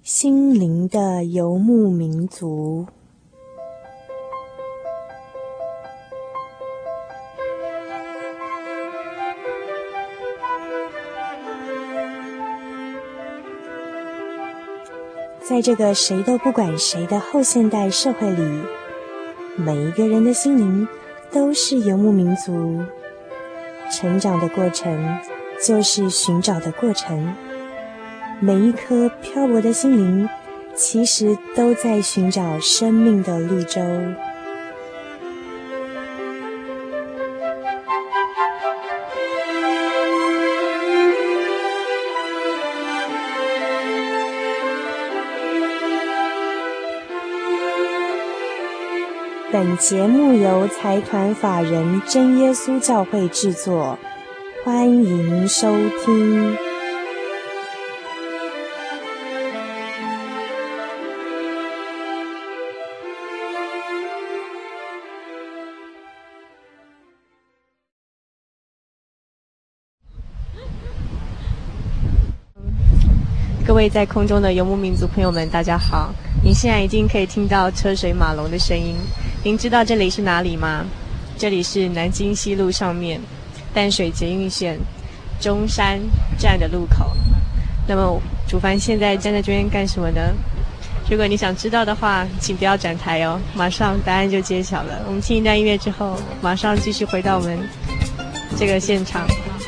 心灵的游牧民族。在这个谁都不管谁的后现代社会里，每一个人的心灵都是游牧民族。成长的过程就是寻找的过程，每一颗漂泊的心灵其实都在寻找生命的绿洲。本节目由财团法人真耶稣教会制作，欢迎收听。 各位在空中的游牧民族朋友们，大家好！您现在已经可以听到车水马龙的声音。您知道这里是哪里吗？这里是南京西路上面淡水捷运线中山站的路口。那么主凡现在站在这边干什么呢？如果你想知道的话，请不要转台哦，马上答案就揭晓了。我们听一段音乐之后，马上继续回到我们这个现场。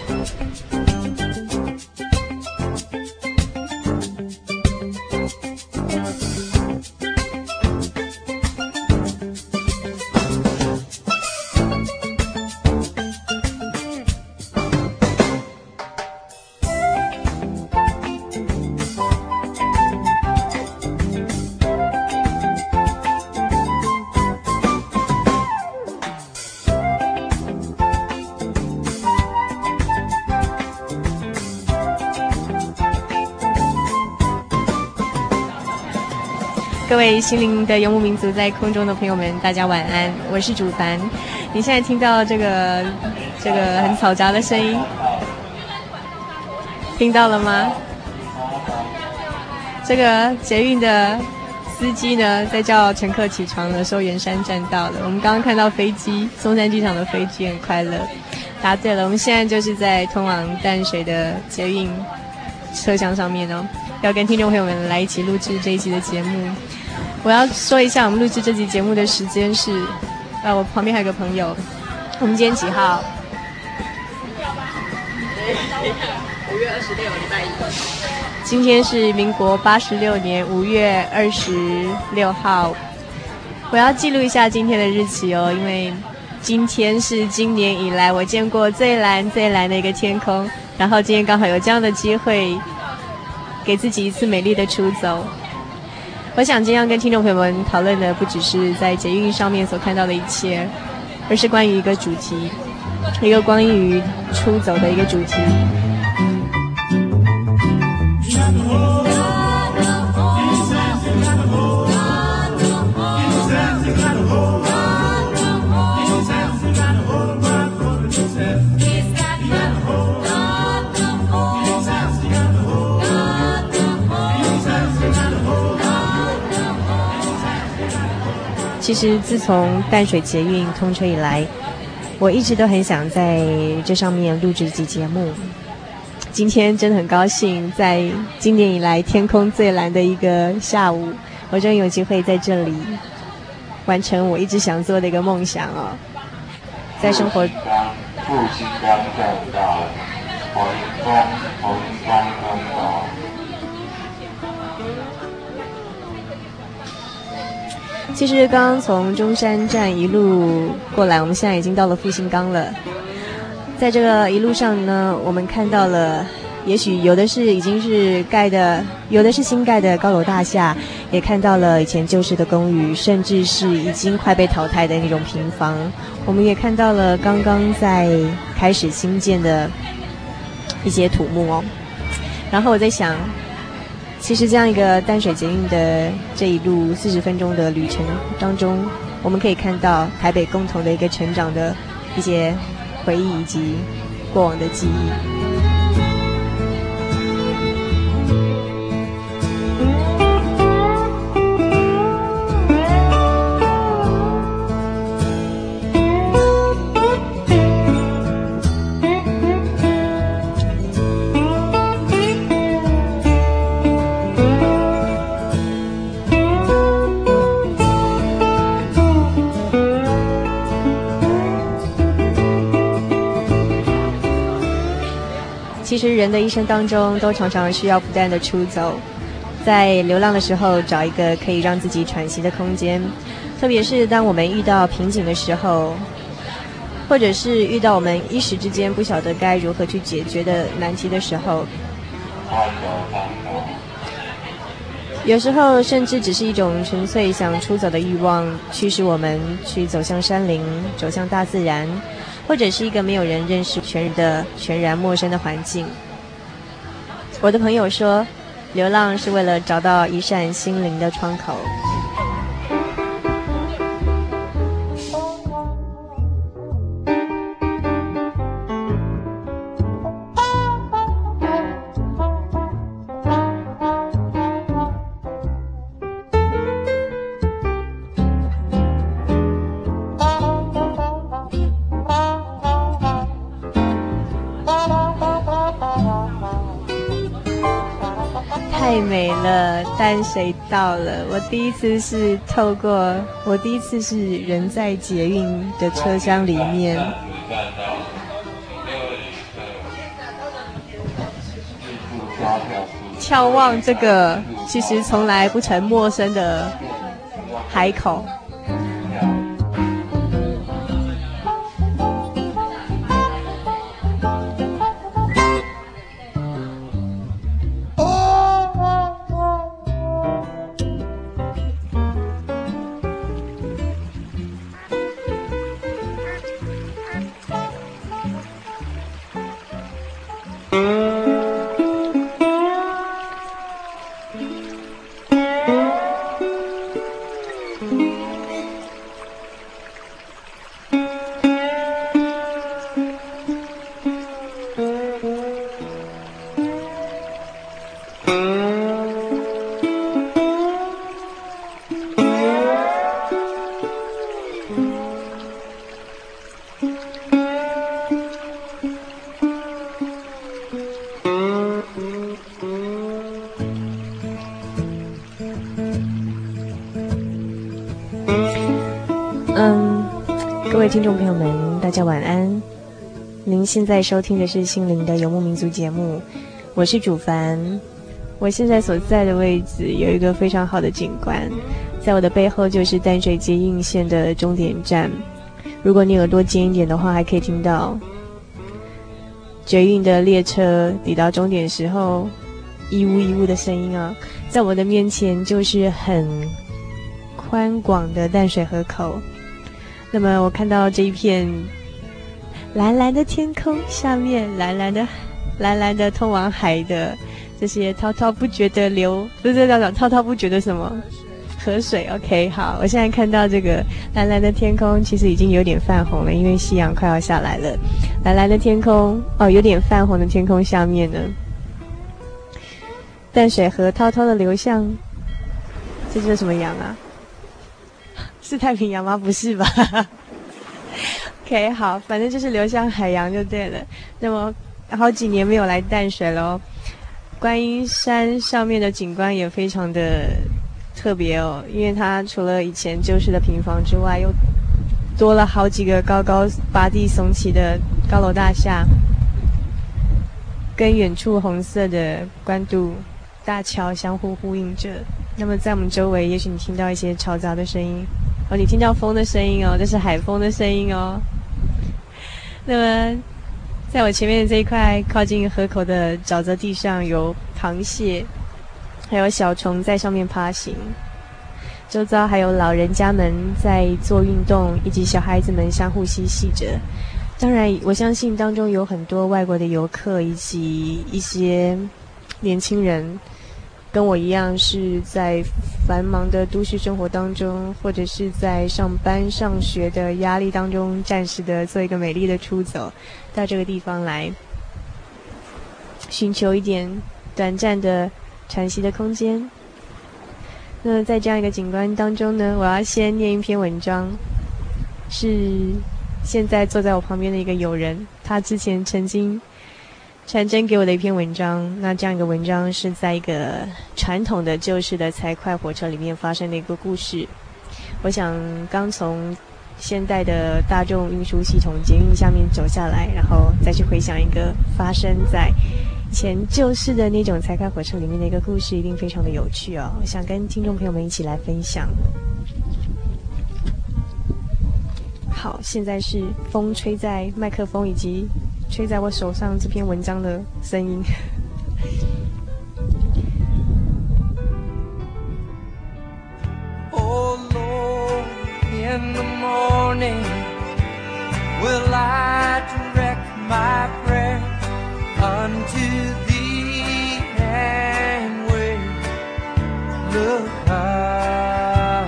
各位心灵的游牧民族在空中的朋友们，大家晚安，我是主凡。你现在听到这个很嘈杂的声音，听到了吗？这个捷运的司机呢，在叫乘客起床的时候，圆山站到了。我们刚刚看到飞机，松山机场的飞机很快乐。答对了，我们现在就是在通往淡水的捷运车厢上面哦，要跟听众朋友们来一起录制这一期的节目。我要说一下，我们录制这期节目的时间是，我旁边还有个朋友，我们今天几号？5月26，礼拜一。今天是民国86年5月26号。我要记录一下今天的日期哦，因为今天是今年以来我见过最蓝最蓝的一个天空，然后今天刚好有这样的机会，给自己一次美丽的出走。我想今天要跟听众朋友们讨论的不只是在捷运上面所看到的一切，而是关于一个主题，一个关于出走的一个主题。其实自从淡水捷运通车以来，我一直都很想在这上面录制一集节目。今天真的很高兴，在今年以来天空最蓝的一个下午，我终于有机会在这里完成我一直想做的一个梦想哦。在生活复兴乡站到佛林宫公道。 其实刚刚从中山站一路过来，我们现在已经到了复兴岗了。在这个一路上呢，我们看到了，也许有的是已经是盖的，有的是新盖的高楼大厦，也看到了以前旧式的公寓，甚至是已经快被淘汰的那种平房。我们也看到了刚刚在开始新建的一些土木哦。然后我在想，其实这样一个淡水捷运的这一路40分钟的旅程当中，我们可以看到台北共同的一个成长的一些回忆以及过往的记忆。 人的一生当中都常常需要不断的出走，在流浪的时候找一个可以让自己喘息的空间，特别是当我们遇到瓶颈的时候，或者是遇到我们一时之间不晓得该如何去解决的难题的时候，有时候甚至只是一种纯粹想出走的欲望，驱使我们去走向山林，走向大自然，或者是一个没有人认识全然陌生的环境。我的朋友说，流浪是为了找到一扇心灵的窗口。太美了，淡水到了。我第一次是人在捷运的车厢里面，眺望这个其实从来不曾陌生的海口。各位听众朋友们，大家晚安。您现在收听的是心灵的游牧民族节目，我是主凡。我现在所在的位置有一个非常好的景观，在我的背后就是淡水捷运线的终点站。如果你耳朵尖一点的话，还可以听到捷运的列车抵达终点时候一呜一呜的声音啊。在我的面前就是很宽广的淡水河口。那么我看到这一片蓝蓝的天空，下面蓝蓝的通往海的这些滔滔不绝的滔滔不绝的什么河水。 OK， 好，我现在看到这个蓝蓝的天空其实已经有点泛红了，因为夕阳快要下来了。蓝蓝的天空有点泛红的天空下面呢，淡水河滔滔的流向，这是什么洋啊？是太平洋吗？不是吧？OK， 好，反正就是流向海洋就对了。那么好几年没有来淡水了，观音山上面的景观也非常的特别哦，因为它除了以前旧式的平房之外，又多了好几个高高拔地耸起的高楼大厦，跟远处红色的关渡大桥相互呼应着。那么在我们周围，也许你听到一些嘈杂的声音你听到风的声音这是海风的声音那么在我前面这一块靠近河口的沼泽地上，有螃蟹还有小虫在上面爬行，周遭还有老人家们在做运动，以及小孩子们相互嬉戏着。当然我相信当中有很多外国的游客，以及一些年轻人跟我一样是在繁忙的都市生活当中，或者是在上班上学的压力当中，暂时的做一个美丽的出走，到这个地方来寻求一点短暂的喘息的空间。那在这样一个景观当中呢，我要先念一篇文章，是现在坐在我旁边的一个友人，他之前曾经传真给我的一篇文章。那这样一个文章是在一个传统的旧式的财快火车里面发生的一个故事。我想刚从现代的大众运输系统捷运下面走下来，然后再去回想一个发生在前旧式的那种财快火车里面的一个故事，一定非常的有趣哦，我想跟听众朋友们一起来分享。好，现在是风吹在麦克风以及吹在我手上这篇文章的声音。 Oh Lord, in the morning will I direct my prayer unto Thee and will look high.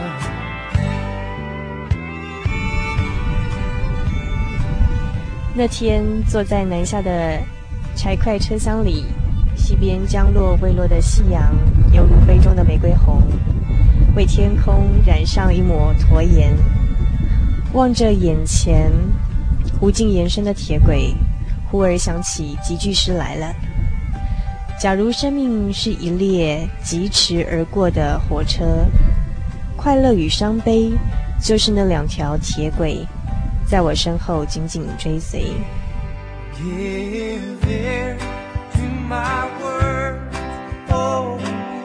那天坐在南下的柴快车厢里，西边降落未落的夕阳，犹如杯中的玫瑰红，为天空染上一抹驼颜。望着眼前无尽延伸的铁轨，忽而想起几句诗来了：假如生命是一列疾驰而过的火车，快乐与伤悲就是那两条铁轨，在我身后紧紧追随。 Give ear to my words, oh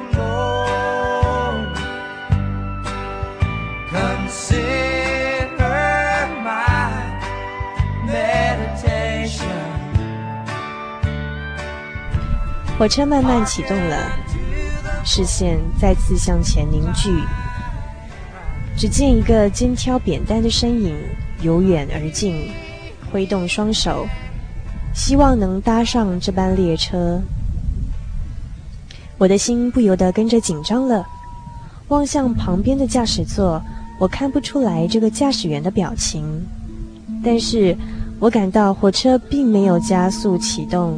Lord. Consider my meditation. 火车慢慢启动了，视线再次向前凝聚，只见一个肩挑扁担的身影由远而近，挥动双手，希望能搭上这班列车。我的心不由得跟着紧张了，望向旁边的驾驶座，我看不出来这个驾驶员的表情，但是我感到火车并没有加速启动。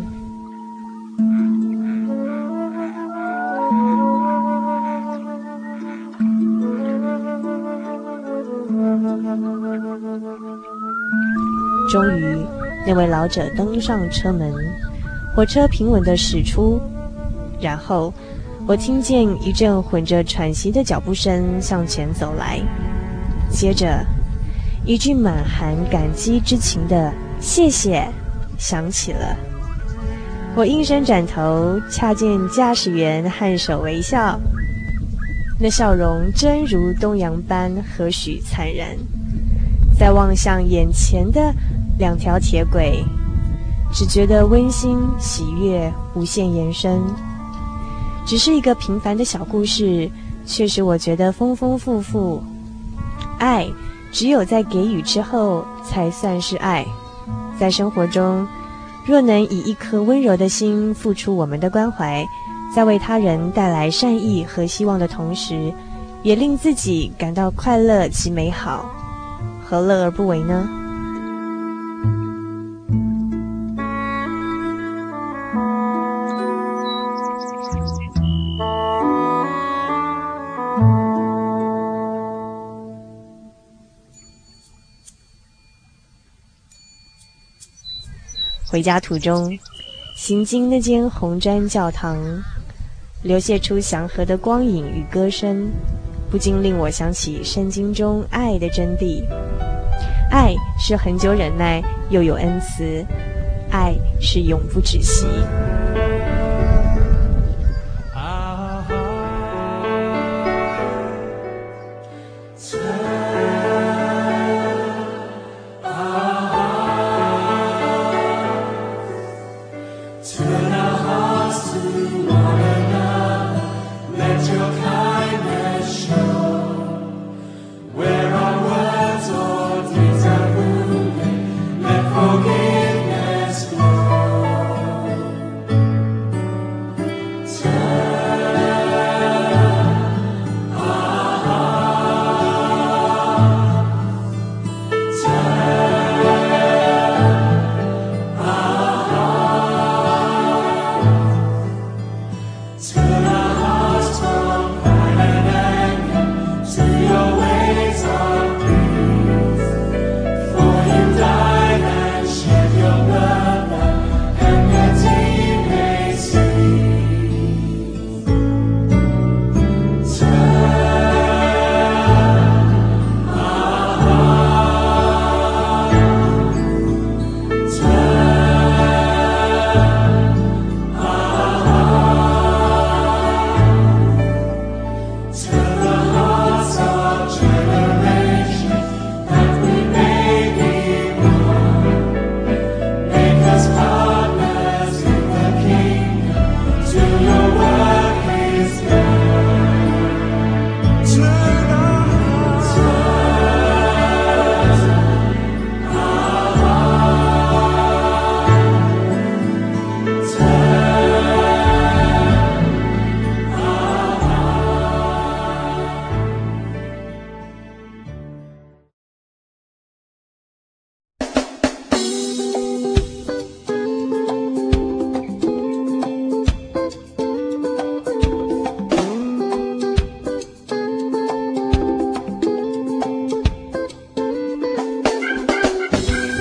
终于，那位老者登上车门，火车平稳地驶出。然后，我听见一阵混着喘息的脚步声向前走来，接着，一句满含感激之情的“谢谢”响起了。我应声转头，恰见驾驶员颔首微笑，那笑容真如东阳般何许灿然。再望向眼前的两条铁轨，只觉得温馨喜悦无限延伸。只是一个平凡的小故事，却使我觉得丰丰富富。爱只有在给予之后才算是爱。在生活中，若能以一颗温柔的心付出我们的关怀，在为他人带来善意和希望的同时，也令自己感到快乐及美好，何乐而不为呢？回家途中，行经那间红砖教堂，流泻出祥和的光影与歌声，不禁令我想起圣经中爱的真谛。爱是恒久忍耐，又有恩慈；爱是永不止息。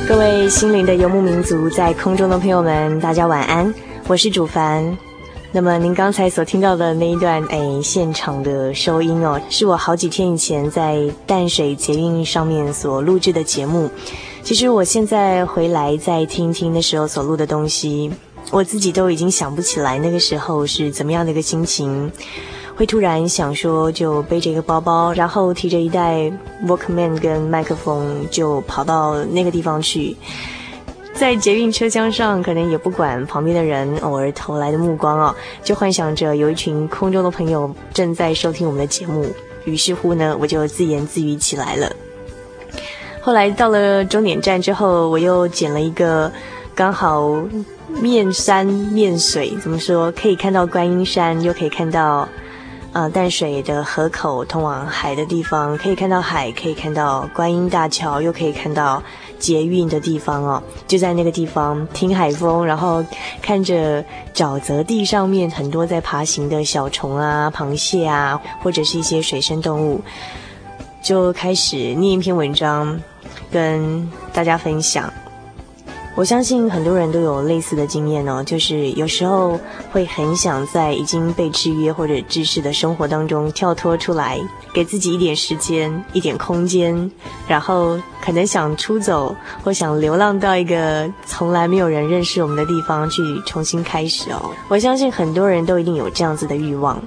各位心灵的游牧民族，在空中的朋友们，大家晚安，我是主凡。那么您刚才所听到的那一段现场的收音哦，是我好几天以前在淡水捷运上面所录制的节目。其实我现在回来再听听那时候所录的东西，我自己都已经想不起来那个时候是怎么样的一个心情，会突然想说就背着一个包包，然后提着一袋 Walkman 跟麦克风就跑到那个地方去。在捷运车厢上可能也不管旁边的人偶尔投来的目光哦，就幻想着有一群空中的朋友正在收听我们的节目，于是乎呢我就自言自语起来了。后来到了终点站之后，我又捡了一个刚好面山面水，怎么说，可以看到观音山，又可以看到淡水的河口通往海的地方，可以看到海，可以看到观音大桥，又可以看到捷运的地方哦，就在那个地方听海风，然后看着沼泽地上面很多在爬行的小虫啊、螃蟹啊，或者是一些水生动物，就开始念一篇文章跟大家分享。我相信很多人都有类似的经验哦，就是有时候会很想在已经被制约或者制式的生活当中跳脱出来，给自己一点时间、一点空间，然后可能想出走，或想流浪到一个从来没有人认识我们的地方去重新开始哦。我相信很多人都一定有这样子的欲望。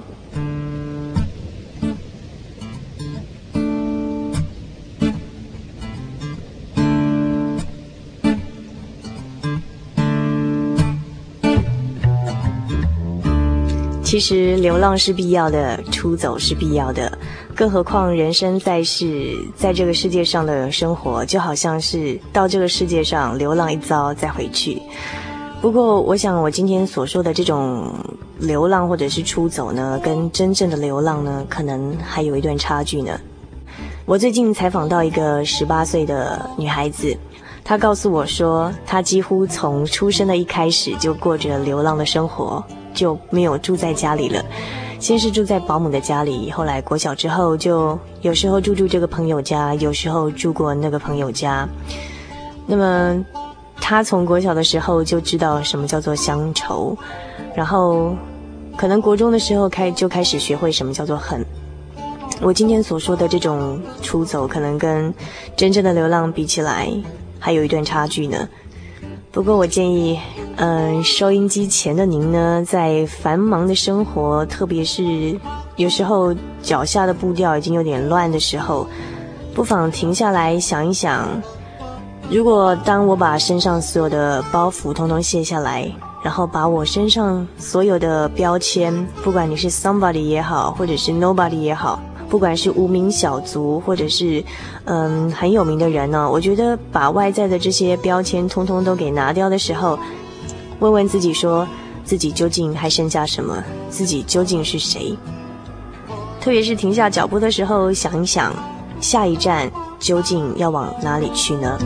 其实流浪是必要的，出走是必要的，更何况人生在世，在这个世界上的生活就好像是到这个世界上流浪一遭再回去。不过我想我今天所说的这种流浪或者是出走呢，跟真正的流浪呢可能还有一段差距呢。我最近采访到一个18岁的女孩子，她告诉我说，她几乎从出生的一开始就过着流浪的生活，就没有住在家里了。先是住在保姆的家里，后来国小之后就有时候住这个朋友家，有时候住过那个朋友家。那么他从国小的时候就知道什么叫做乡愁，然后可能国中的时候就开始学会什么叫做恨。我今天所说的这种出走，可能跟真正的流浪比起来还有一段差距呢。不过我建议收音机前的您呢，在繁忙的生活，特别是有时候脚下的步调已经有点乱的时候，不妨停下来想一想，如果当我把身上所有的包袱统统卸下来，然后把我身上所有的标签，不管你是 somebody 也好，或者是 nobody 也好，不管是无名小卒或者是很有名的人呢，我觉得把外在的这些标签通通都给拿掉的时候，问问自己说，自己究竟还剩下什么，自己究竟是谁。特别是停下脚步的时候，想一想下一站究竟要往哪里去呢？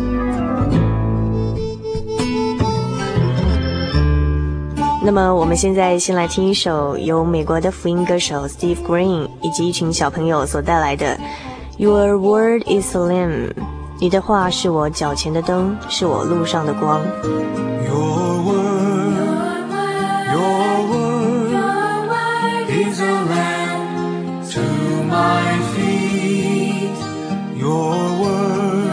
那么我们现在先来听一首由美国的福音歌手 Steve Green 以及一群小朋友所带来的 Your Word is a Lamp， 你的话是我脚前的灯，是我路上的光。 Your word is a lamp to my feet. Your word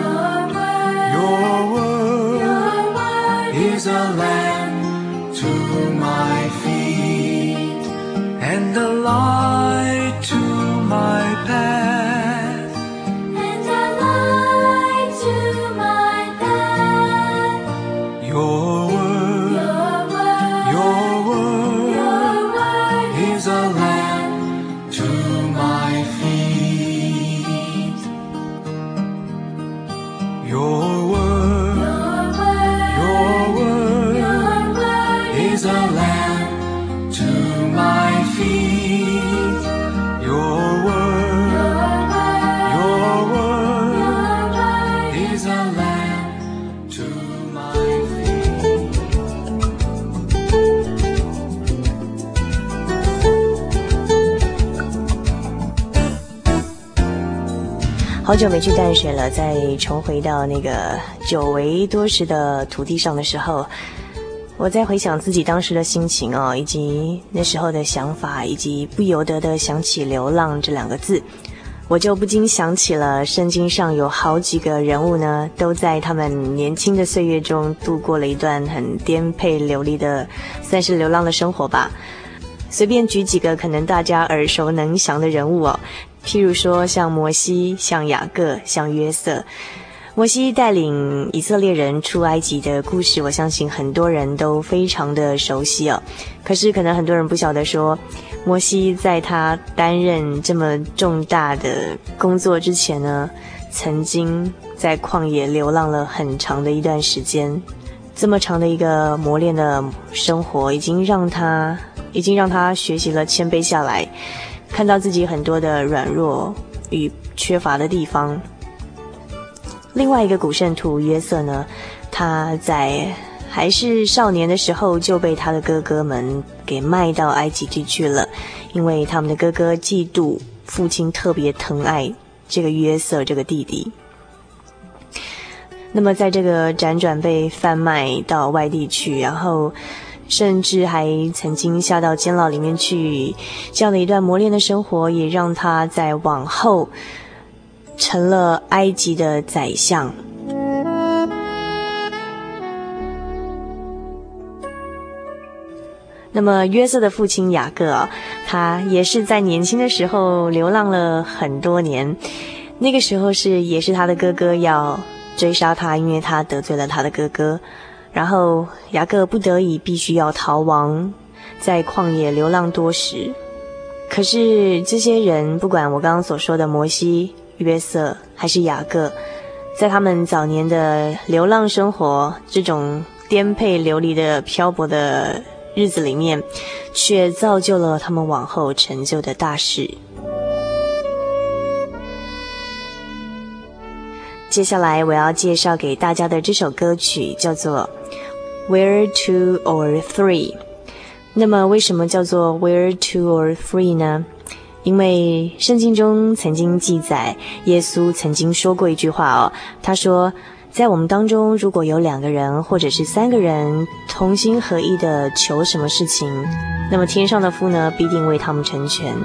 is a lamp to my feet, and a light to my path, and a light to my path. Your word is a lamp to my feet. 好久没去淡水了，再重回到那个久违多时的土地上的时候，我在回想自己当时的心情以及那时候的想法，以及不由得的想起流浪这2个字，我就不禁想起了圣经上有好几个人物呢，都在他们年轻的岁月中度过了一段很颠沛流离的，算是流浪的生活吧。随便举几个可能大家耳熟能详的人物譬如说像摩西、像雅各、像约瑟。摩西带领以色列人出埃及的故事，我相信很多人都非常的熟悉可是可能很多人不晓得说，摩西在他担任这么重大的工作之前呢，曾经在旷野流浪了很长的一段时间。这么长的一个磨练的生活，已经让他学习了谦卑下来，看到自己很多的软弱与缺乏的地方。另外一个古圣徒约瑟呢，他在还是少年的时候就被他的哥哥们给卖到埃及地去了，因为他们的哥哥嫉妒父亲特别疼爱这个约瑟这个弟弟。那么在这个辗转被贩卖到外地去，然后甚至还曾经下到监牢里面去，这样的一段磨练的生活，也让他在往后成了埃及的宰相。那么约瑟的父亲雅各他也是在年轻的时候流浪了很多年，那个时候也是他的哥哥要追杀他，因为他得罪了他的哥哥，然后雅各不得已必须要逃亡，在旷野流浪多时。可是这些人，不管我刚刚所说的摩西、约瑟还是雅各，在他们早年的流浪生活，这种颠沛流离的漂泊的日子里面，却造就了他们往后成就的大事。接下来我要介绍给大家的这首歌曲叫做 Where Two or Three。 那么为什么叫做 Where Two or Three 呢？因为圣经中曾经记载，耶稣曾经说过一句话他说，在我们当中如果有2个人或者是3个人同心合意的求什么事情，那么天上的父呢必定为他们成全。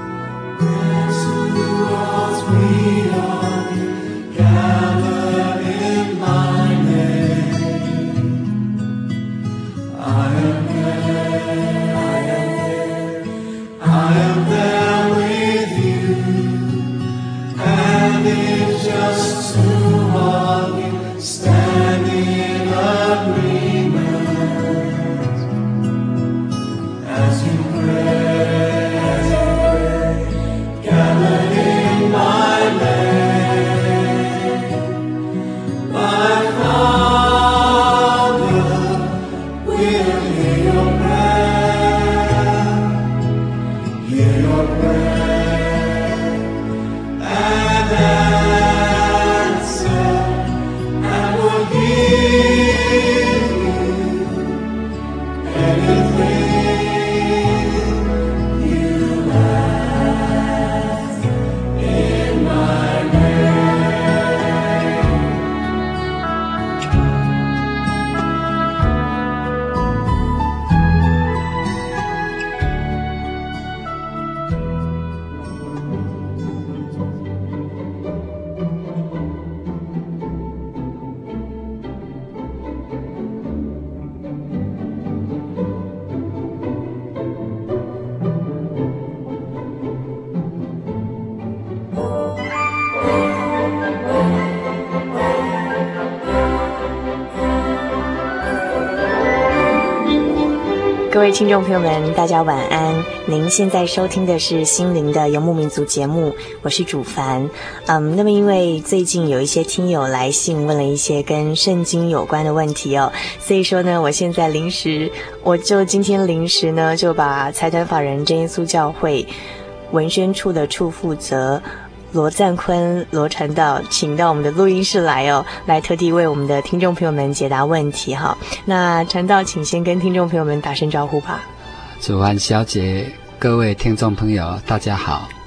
各位听众朋友们，大家晚安。您现在收听的是心灵的游牧民族节目，我是主凡。那么因为最近有一些听友来信问了一些跟圣经有关的问题所以说呢，我现在今天临时呢就把财团法人真耶稣教会文宣处的处负责罗赞坤罗传道请到我们的录音室来来特地为我们的听众朋友们解答问题那传道请先跟听众朋友们打声招呼吧。 主安小姐，各位听众朋友大家好。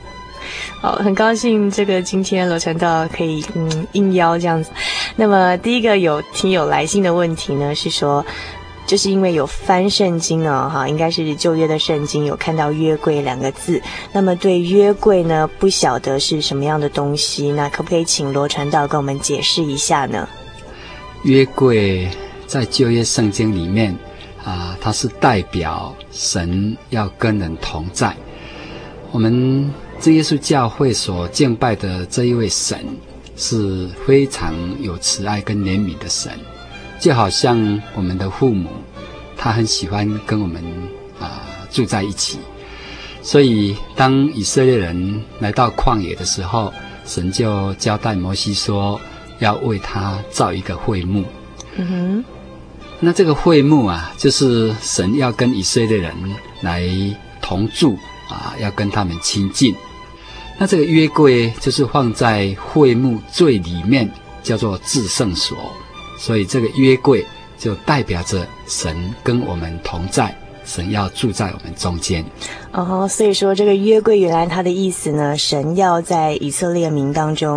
好，很高兴这个今天罗传道可以应邀这样子。那么第一个有听友来信的问题呢，是说就是因为有翻圣经哦，哈，应该是旧约的圣经，有看到约柜2个字。那么对约柜呢，不晓得是什么样的东西，那可不可以请罗传道跟我们解释一下呢？ 约柜在旧约圣经里面它是代表神要跟人同在。我们这耶稣教会所敬拜的这一位神是非常有慈爱跟怜悯的神，就好像我们的父母，他很喜欢跟我们住在一起。所以当以色列人来到旷野的时候，神就交代摩西说要为他造一个会幕。那这个会幕就是神要跟以色列人来同住要跟他们亲近。那这个约柜就是放在会幕最里面，叫做至圣所，所以这个约柜就代表着神跟我们同在，神要住在我们中间。 所以说这个约柜原来它的意思呢，神要在以色列民当中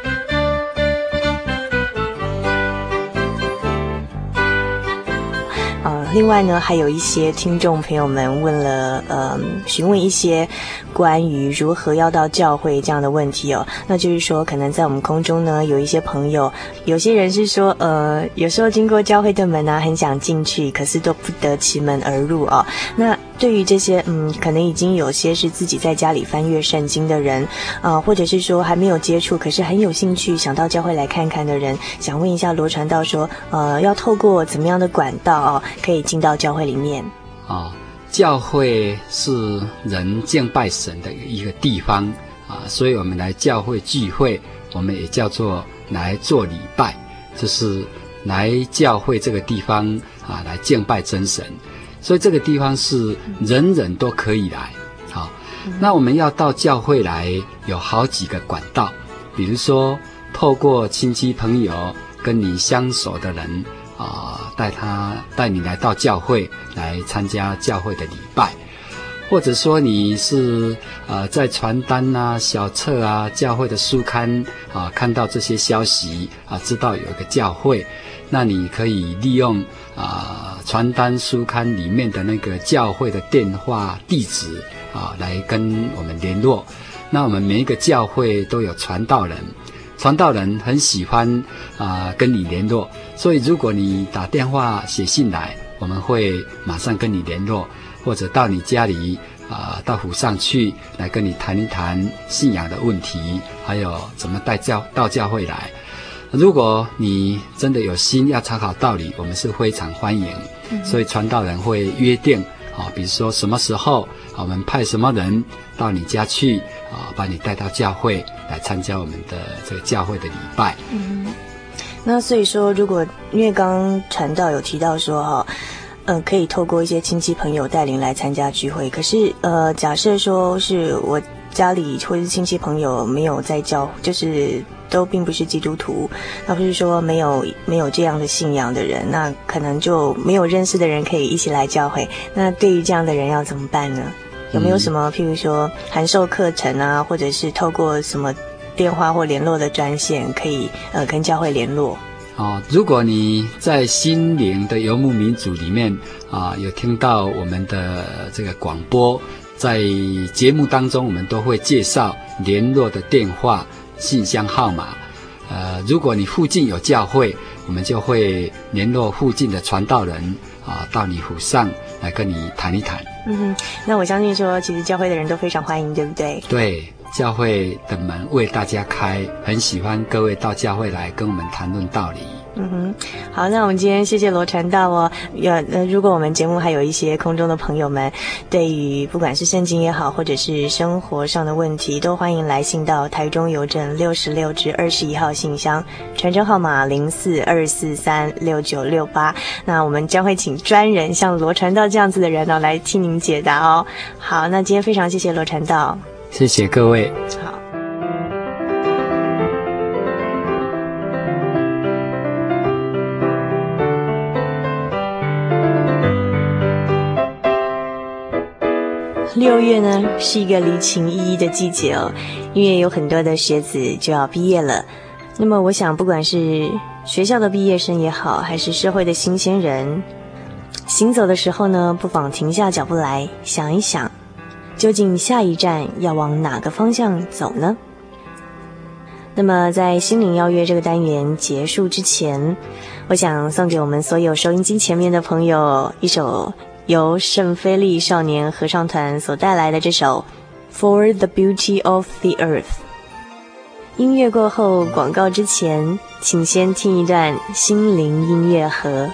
另外呢，还有一些听众朋友们问了询问一些关于如何要到教会这样的问题哦。那就是说可能在我们空中呢，有一些朋友，有些人是说有时候经过教会的门很想进去，可是都不得其门而入哦。那对于这些可能已经有些是自己在家里翻阅圣经的人或者是说还没有接触，可是很有兴趣想到教会来看看的人，想问一下罗传道说要透过怎么样的管道可以进到教会里面？ 教会是人敬拜神的一个地方所以我们来教会聚会，我们也叫做来做礼拜，就是来教会这个地方来敬拜真神。所以这个地方是人人都可以来。那我们要到教会来有好几个管道，比如说透过亲戚朋友跟你相熟的人带你来到教会来参加教会的礼拜，或者说你是在传单小册教会的书刊看到这些消息知道有一个教会，那你可以利用传单书刊里面的那个教会的电话地址来跟我们联络。那我们每一个教会都有传道人，传道人很喜欢跟你联络，所以如果你打电话写信来，我们会马上跟你联络，或者到你家里到府上去来跟你谈一谈信仰的问题，还有怎么到教会来。如果你真的有心要查考道理，我们是非常欢迎。所以传道人会约定比如说什么时候我们派什么人到你家去把你带到教会来参加我们的这个教会的礼拜。 那所以说如果因为刚刚传道有提到说可以透过一些亲戚朋友带领来参加聚会，可是假设说是我家里或者是亲戚朋友没有在就是都并不是基督徒，那不是说没有这样的信仰的人，那可能就没有认识的人可以一起来教会。那对于这样的人要怎么办呢？有没有什么譬如说函授课程或者是透过什么电话或联络的专线可以跟教会联络？ 如果你在心灵的游牧民族里面有听到我们的这个广播，在节目当中我们都会介绍联络的电话信箱号码。如果你附近有教会，我们就会联络附近的传道人到你府上来跟你谈一谈。 那我相信说其实教会的人都非常欢迎，对不对？ 对，教会的门为大家开，很喜欢各位到教会来跟我们谈论道理。 好，那我们今天谢谢罗传道如果我们节目还有一些空中的朋友们，对于不管是圣经也好，或者是生活上的问题，都欢迎来信到台中邮政66至21号信箱，传真号码0424436968。那我们将会请专人像罗传道这样子的人来替您解答好，那今天非常谢谢罗传道， 谢谢各位。 好。 6月呢是一个离情依依的季节哦，因为有很多的学子就要毕业了。那么我想，不管是学校的毕业生也好，还是社会的新鲜人，行走的时候呢，不妨停下脚步来想一想，究竟下一站要往哪个方向走呢？那么在心灵邀约这个单元结束之前，我想送给我们所有收音机前面的朋友一首由圣菲利少年合唱团所带来的这首 For the Beauty of the Earth。 音乐过后，广告之前，请先听一段心灵音乐盒。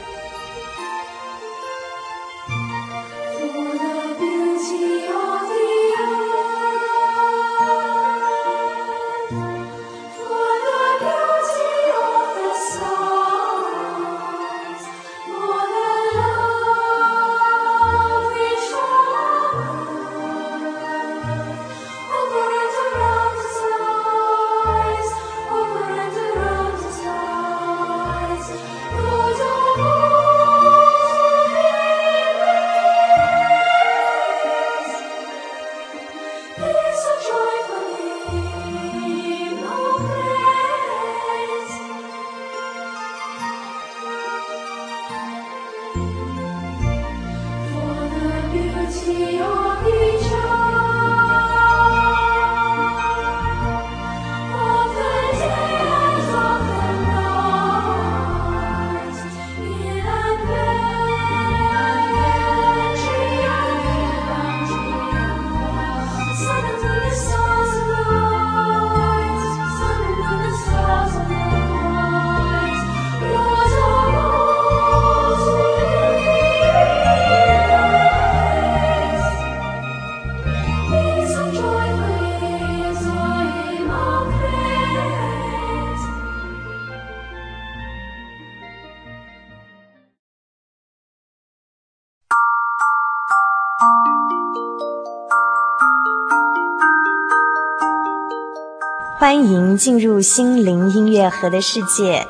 欢迎进入心灵音乐盒的世界。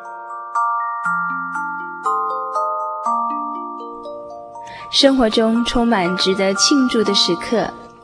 生活中充满值得庆祝的时刻，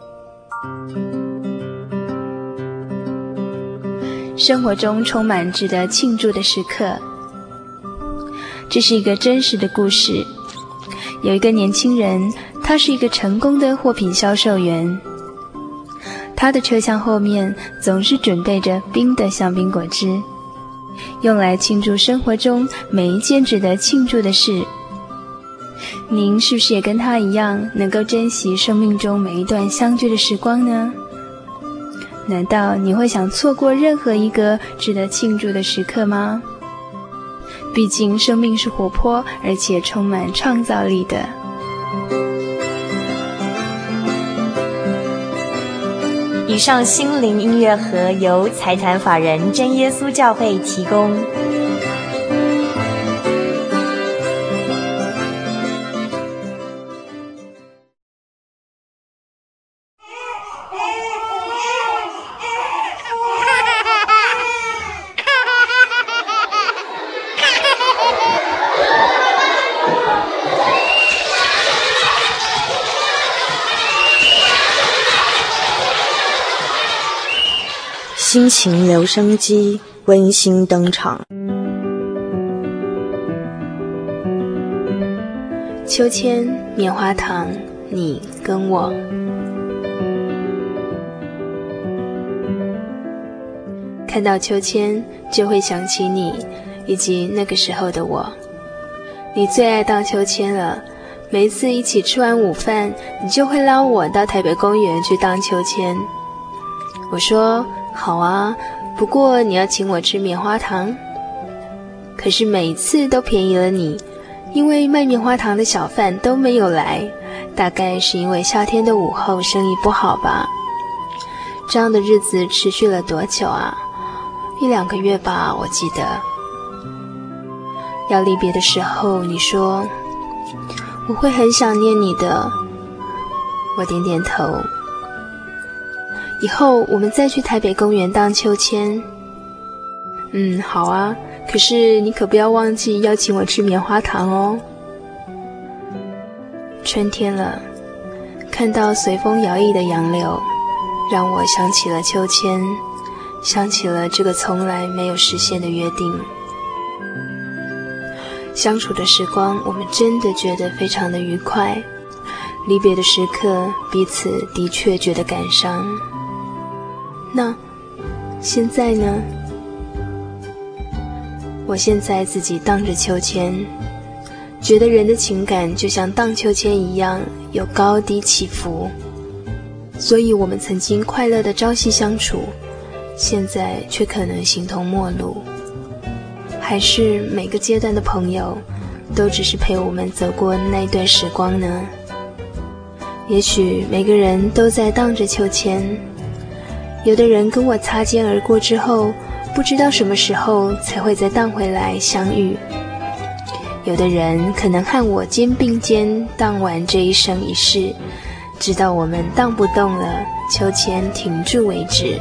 生活中充满值得庆祝的时刻。这是一个真实的故事。有一个年轻人，他是一个成功的货品销售员。他的车厢后面总是准备着冰的香槟果汁，用来庆祝生活中每一件值得庆祝的事。您是不是也跟他一样，能够珍惜生命中每一段相聚的时光呢？难道你会想错过任何一个值得庆祝的时刻吗？毕竟生命是活泼而且充满创造力的。 以上心灵音乐盒由财团法人真耶稣教会提供。心情留声机温馨登场。 秋千、棉花糖，你跟我。看到秋千，就会想起你，以及那个时候的我。你最爱荡秋千了，每一次一起吃完午饭，你就会邀我到台北公园去荡秋千。我说好啊，不过你要请我吃棉花糖。可是每一次都便宜了你，因为卖棉花糖的小贩都没有来，大概是因为夏天的午后生意不好吧。这样的日子持续了多久啊？1-2个月吧，我记得。要离别的时候，你说我会很想念你的。我点点头。以后我们再去台北公园荡秋千。好啊，可是你可不要忘记邀请我吃棉花糖哦。春天了， 看到随风摇曳的杨柳，让我想起了秋千，想起了这个从来没有实现的约定。相处的时光，我们真的觉得非常的愉快。离别的时刻，彼此的确觉得感伤。那现在呢？我现在自己荡着秋千，觉得人的情感就像荡秋千一样，有高低起伏。所以我们曾经快乐的朝夕相处，现在却可能形同陌路。还是每个阶段的朋友都只是陪我们走过那一段时光呢？也许每个人都在荡着秋千，有的人跟我擦肩而过之后，不知道什么时候才会再荡回来相遇。有的人可能和我肩并肩荡完这一生一世，直到我们荡不动了，秋千停住为止。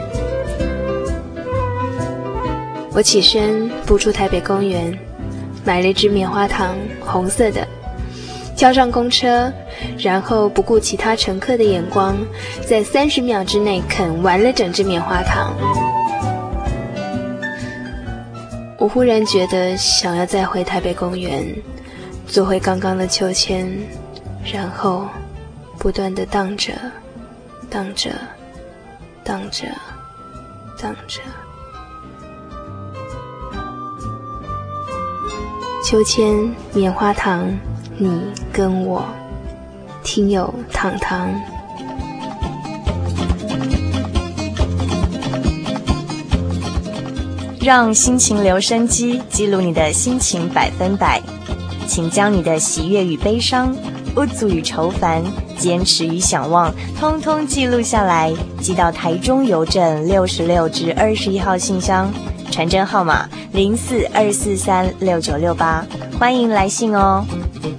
我起身步出台北公园，买了一支棉花糖，红色的，叫上公车，然后不顾其他乘客的眼光，在30秒之内啃完了整支棉花糖。我忽然觉得想要再回台北公园，坐回刚刚的秋千，然后不断地荡着荡着荡着荡着。秋千、棉花糖，你跟我，听友糖糖。 让心情留声机，记录你的心情100%。请将你的喜悦与悲伤、无助与愁烦、坚持与想望，通通记录下来，寄到台中邮政66至21号信箱，传真号码0424369668，欢迎来信哦。